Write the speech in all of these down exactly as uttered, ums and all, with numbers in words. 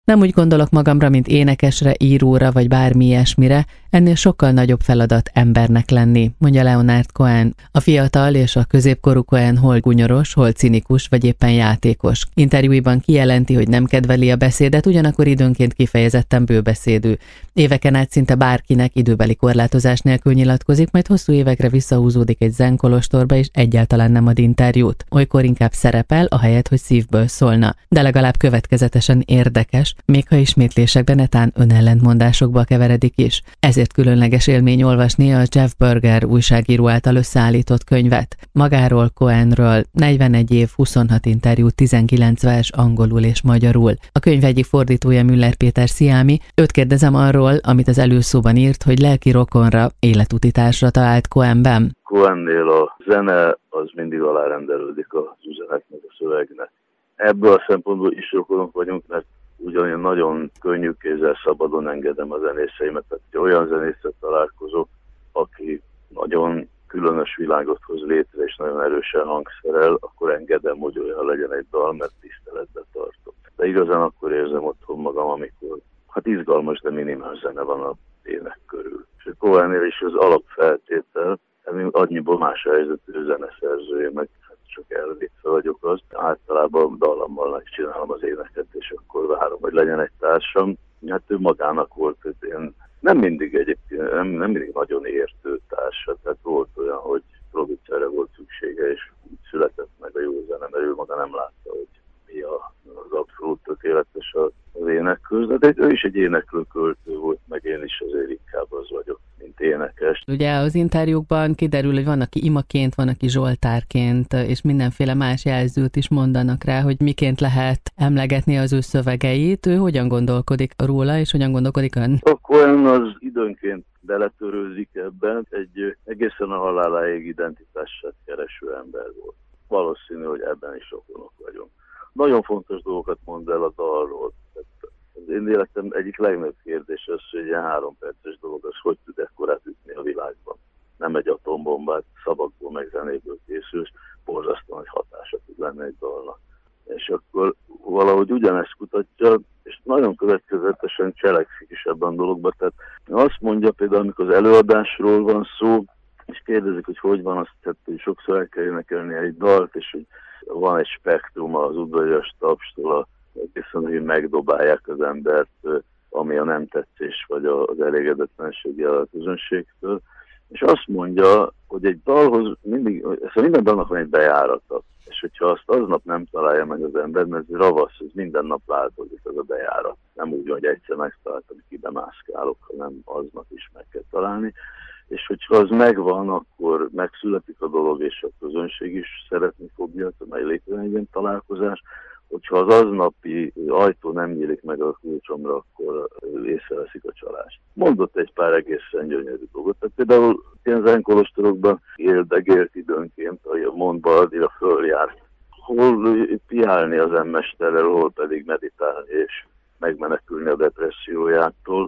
Nem úgy gondolok magamra, mint énekesre, íróra vagy bármi ilyesmire, ennél sokkal nagyobb feladat embernek lenni, mondja Leonard Cohen. A fiatal és a középkorú Cohen hol gunyoros, hol cinikus vagy éppen játékos. Interjúiban kijelenti, hogy nem kedveli a beszédet, ugyanakkor időnként kifejezetten bőbeszédű. Éveken át szinte bárkinek időbeli korlátozás nélkül nyilatkozik, majd hosszú évekre visszahúzódik egy zen kolostorba és egyáltalán nem ad interjút. Olykor inkább szerepel, ahelyett, hogy szívből szólna. De legalább következetesen érdekes, még ha ismétlésekben netán önellentmondásokba keveredik is. Ezért különleges élmény olvasni a Jeff Berger újságíró által összeállított könyvet. Magáról, Cohenről negyvenegy év, huszonhat interjú, tizenkilenc vers angolul és magyarul. A könyv egyik fordítója Müller Péter Sziámi. Őt kérdezem arról, amit az előszóban írt, hogy lelki rokonra, életúti társra talált Cohenben. Cohennél a zene az mindig alárendelődik az üzenetnek, a szövegnek. Ebből a szempontból is rokonok vagyunk, mert ugyanilyen nagyon könnyű kézzel szabadon engedem a zenészeimet, tehát olyan zenésszel találkozok, aki nagyon különös világot hoz létre, és nagyon erősen hangszerel, akkor engedem, hogy olyan legyen egy dal, mert tiszteletbe tartom. De igazán akkor érzem otthon magam, amikor hát izgalmas, de minimál zene van a ének körül. És a Cohennél is az alapfeltétel, annyiból más a helyzetű zeneszerzője, meg csak elvétve vagyok az. Általában dallammal megcsinálom az éneket, és akkor várom, hogy legyen egy társam. Hát ő magának volt, hogy én nem mindig egyébként, nem, nem mindig nagyon értő társa, tehát volt olyan, hogy producerre volt szüksége, és úgy született meg a jó zene, mert ő maga nem látta, hogy mi az abszolút tökéletes az ének között. De ő is egy éneklő költő volt, meg én is azért inkább az vagyok, mint énekes. Ugye az interjúkban kiderül, hogy van, aki imaként, van, aki zsoltárként, és mindenféle más jelzőt is mondanak rá, hogy miként lehet emlegetni az ő szövegeit. Ő hogyan gondolkodik róla, és hogyan gondolkodik ön? A Cohen az időnként beletörőzik ebben, egy egészen a haláláig identitását kereső ember volt. Valószínű, hogy ebben is rokonok vagyunk. Nagyon fontos dolgokat mond el a dalról. Az én életem egyik legnagyobb kérdés az, hogy egy három perces dolog, az hogy tud ekkorát ütni a világban. Nem egy atombombát, szavakból meg zenéből készül, és borzasztóan nagy hatása tud lenni egy dalnak. És akkor valahogy ugyanezt kutatja, és nagyon következetesen cselekszik is ebben a dologban. Tehát azt mondja például, amikor az előadásról van szó, és kérdezik, hogy hogy van, azt tehát, hogy sokszor el kell énekelni egy dalt, és hogy van egy spektrum az udvarias tapstól, egészen, hogy megdobálják az embert, ami a nem tetszés vagy az elégedetlensége a közönségtől. És azt mondja, hogy egy dalhoz mindig, szóval minden dalnak van egy bejárata. És hogyha azt aznap nem találja meg az ember, mert ez ravasz, ez minden nap változik az a bejárat. Nem úgy, hogy egyszer megtaláltam, hogy kibemászkálok, hanem aznap is meg kell találni. És hogyha az megvan, akkor megszületik a dolog, és a közönség is szeretni fogja, mert létrejön egy ilyen találkozás. Hogyha az aznapi ajtó nem nyílik meg a kulcsomra, akkor észreveszik a csalást. Mondott egy pár egészen gyönyörű dolgot. Tehát például ilyen zenkolostorokban éldegélt időnként, ahogy a Montbardira följárt, hol piálni az emmesterrel, hol pedig meditálni és megmenekülni a depressziójától.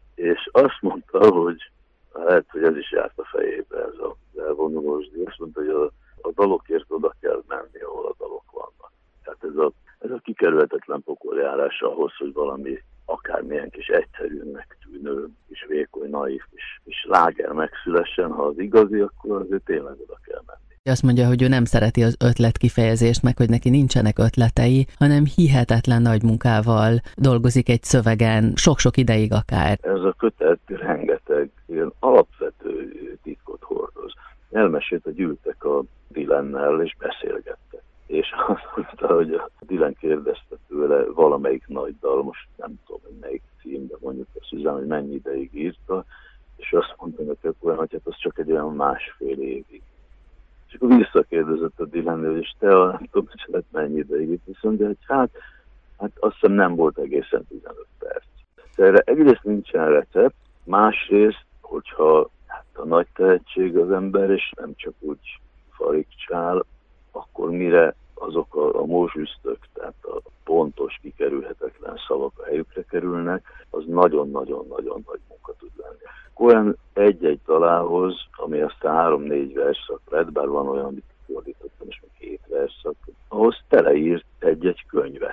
És azt mondta, hogy lehet, hogy ez is járt a fejébe, ez az elvonulós díj. Azt mondta, hogy a, a dalokért oda kell menni, ahol a dalok vannak. Tehát ez a, ez a kikerülhetetlen pokoljárás ahhoz, hogy valami akármilyen kis egyszerűnek tűnő, kis vékony, naív, kis, kis láger megszülessen, ha az igazi, akkor azért tényleg oda kell menni. Azt mondja, hogy ő nem szereti az ötlet kifejezést, meg hogy neki nincsenek ötletei, hanem hihetetlen nagy munkával dolgozik egy szövegen, sok-sok ideig akár. Ez a kötet rengeteg ilyen alapvető titkot hordoz. Elmesélt, hogy ültek a Dylannel és beszélgettek. És azt mondta, hogy a Dylan kérdezte tőle valamelyik nagy dal, most nem tudom, hogy melyik cím, de mondjuk a Szüzán, hogy mennyi ideig írta, és azt mondta neki, hogy hát az csak egy olyan másfél évig. És akkor visszakérdezett a Dylan, és te a, nem tudom, hogy lett mennyi ideig itt, viszont, de hogy hát, hát azt hiszem nem volt egészen tizenöt perc. De erre egyrészt nincsen recept, másrészt, hogyha hát a nagy tehetség az ember, és nem csak úgy farigcsál, akkor mire azok a, a mózsüsztök, tehát a pontos, kikerülhetetlen szavak a helyükre kerülnek, az nagyon-nagyon-nagyon nagy munka tud lenni. Cohen egy-egy dalához, ami aztán három-négy versszak lett, bár van olyan, amit fordítottam, és még két versszak, ahhoz teleírt egy-egy könyvet.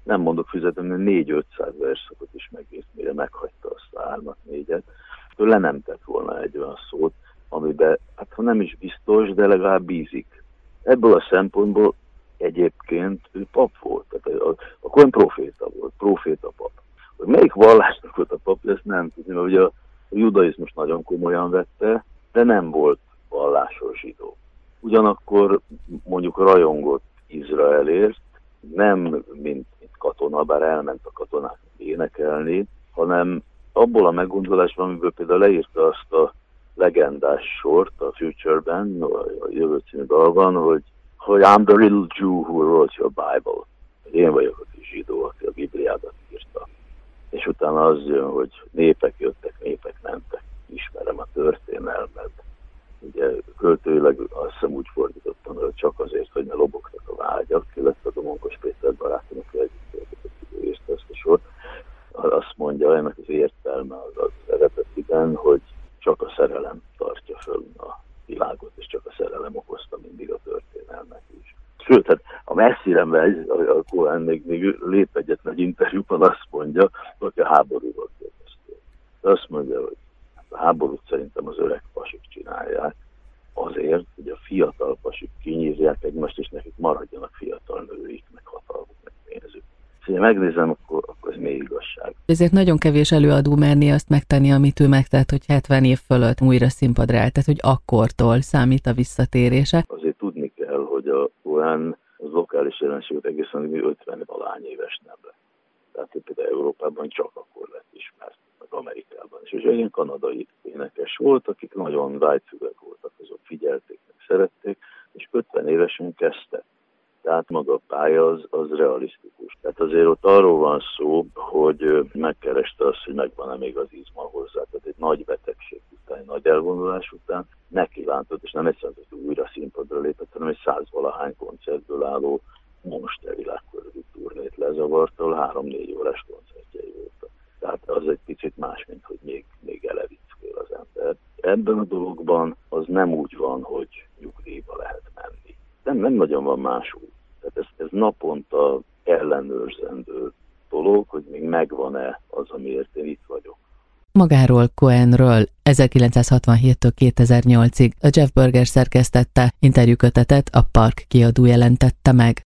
nem mondok fizetni, mert négy-ötszáz versszakot is megírt, mire meghagyta azt a hármat, négyet. Ő le nem tett volna egy olyan szót, amiben, hát ha nem is biztos, de legalább bízik. Ebből a szempontból egyébként ő pap volt, tehát akkor ön proféta volt, proféta pap. Hogy melyik vallásnak volt a pap, ezt nem tudni, mert ugye a judaizmus nagyon komolyan vette, de nem volt vallásos zsidó. Ugyanakkor mondjuk rajongott Izraelért, nem mint, mint katona, bár elment a katonák énekelni, hanem abból a meggondolásban, amiből például leírta azt a legendás sort a Future-ben, a Jövő című dalban, hogy, hogy I'm the little Jew who wrote your Bible. Én vagyok a kis zsidó, aki a Bibliádat írta. És utána az jön, hogy népek jöttek, népek mentek. Ismerem a történelmet. Ugye költőileg azt hiszem úgy fordítottam, hogy csak azért, hogy ne lobogtak a vágyak, illetve a Domonkos Péter barátomnak együtt írta ezt a sort. Azt mondja, ennek az értelme az, az eredetiben, hogy csak a szerelem tartja föl a világot, és csak a szerelem okozta mindig a történelmet is. Sőt, hát a messzire megy, a Cohen még, még lép egyetlen egy interjúban azt mondja, hogy a háborúról kérdezték. Azt mondja, hogy a háborút szerintem az öreg pasik csinálják, azért, hogy a fiatal pasik kinyírják egymást, és nekik maradjanak fiatal nőik, meg hatalmuk, meg pénzük. Ha megnézem, akkor, akkor ez még igazság. Ezért nagyon kevés előadó merné azt megtenni, amit ő megtett, hogy hetven év fölött újra színpadra állt, tehát hogy akkortól számít a visszatérése. Azért tudni kell, hogy a Cohen az lokális jelenséget egészen ötven-valány éves nem lett. Tehát például Európában csak akkor lett ismert, meg Amerikában is. És ilyen kanadai énekes volt, akik nagyon vágyfüggőek voltak, azok figyelték, meg szerették, és ötven évesen kezdte. Tehát maga a pálya az, az realisztikus. Tehát azért ott arról van szó, hogy megkereste azt, hogy megvan-e még az izma hozzá. Tehát egy nagy betegség után, egy nagy elvonulás után nekívántott, és nem egyszerűen, hogy újra színpadra lépett, hanem egy százvalahány koncertből álló monster világkörüli turnét lezavart, ahol három-négy órás koncertjei voltak. Tehát az egy picit más, mint hogy még, még elevickél az ember. Ebben a dologban az nem úgy van, hogy nyugdíjba lehet menni. Nem, nem nagyon van más úgy. Tehát ez, ez naponta ellenőrzendő dolog, hogy még megvan-e az, amiért én itt vagyok. Magáról, Cohenről ezerkilencszázhatvanhéttől kétezer-nyolcig a Jeff Berger szerkesztette interjúkötetet a Park kiadó jelentette meg.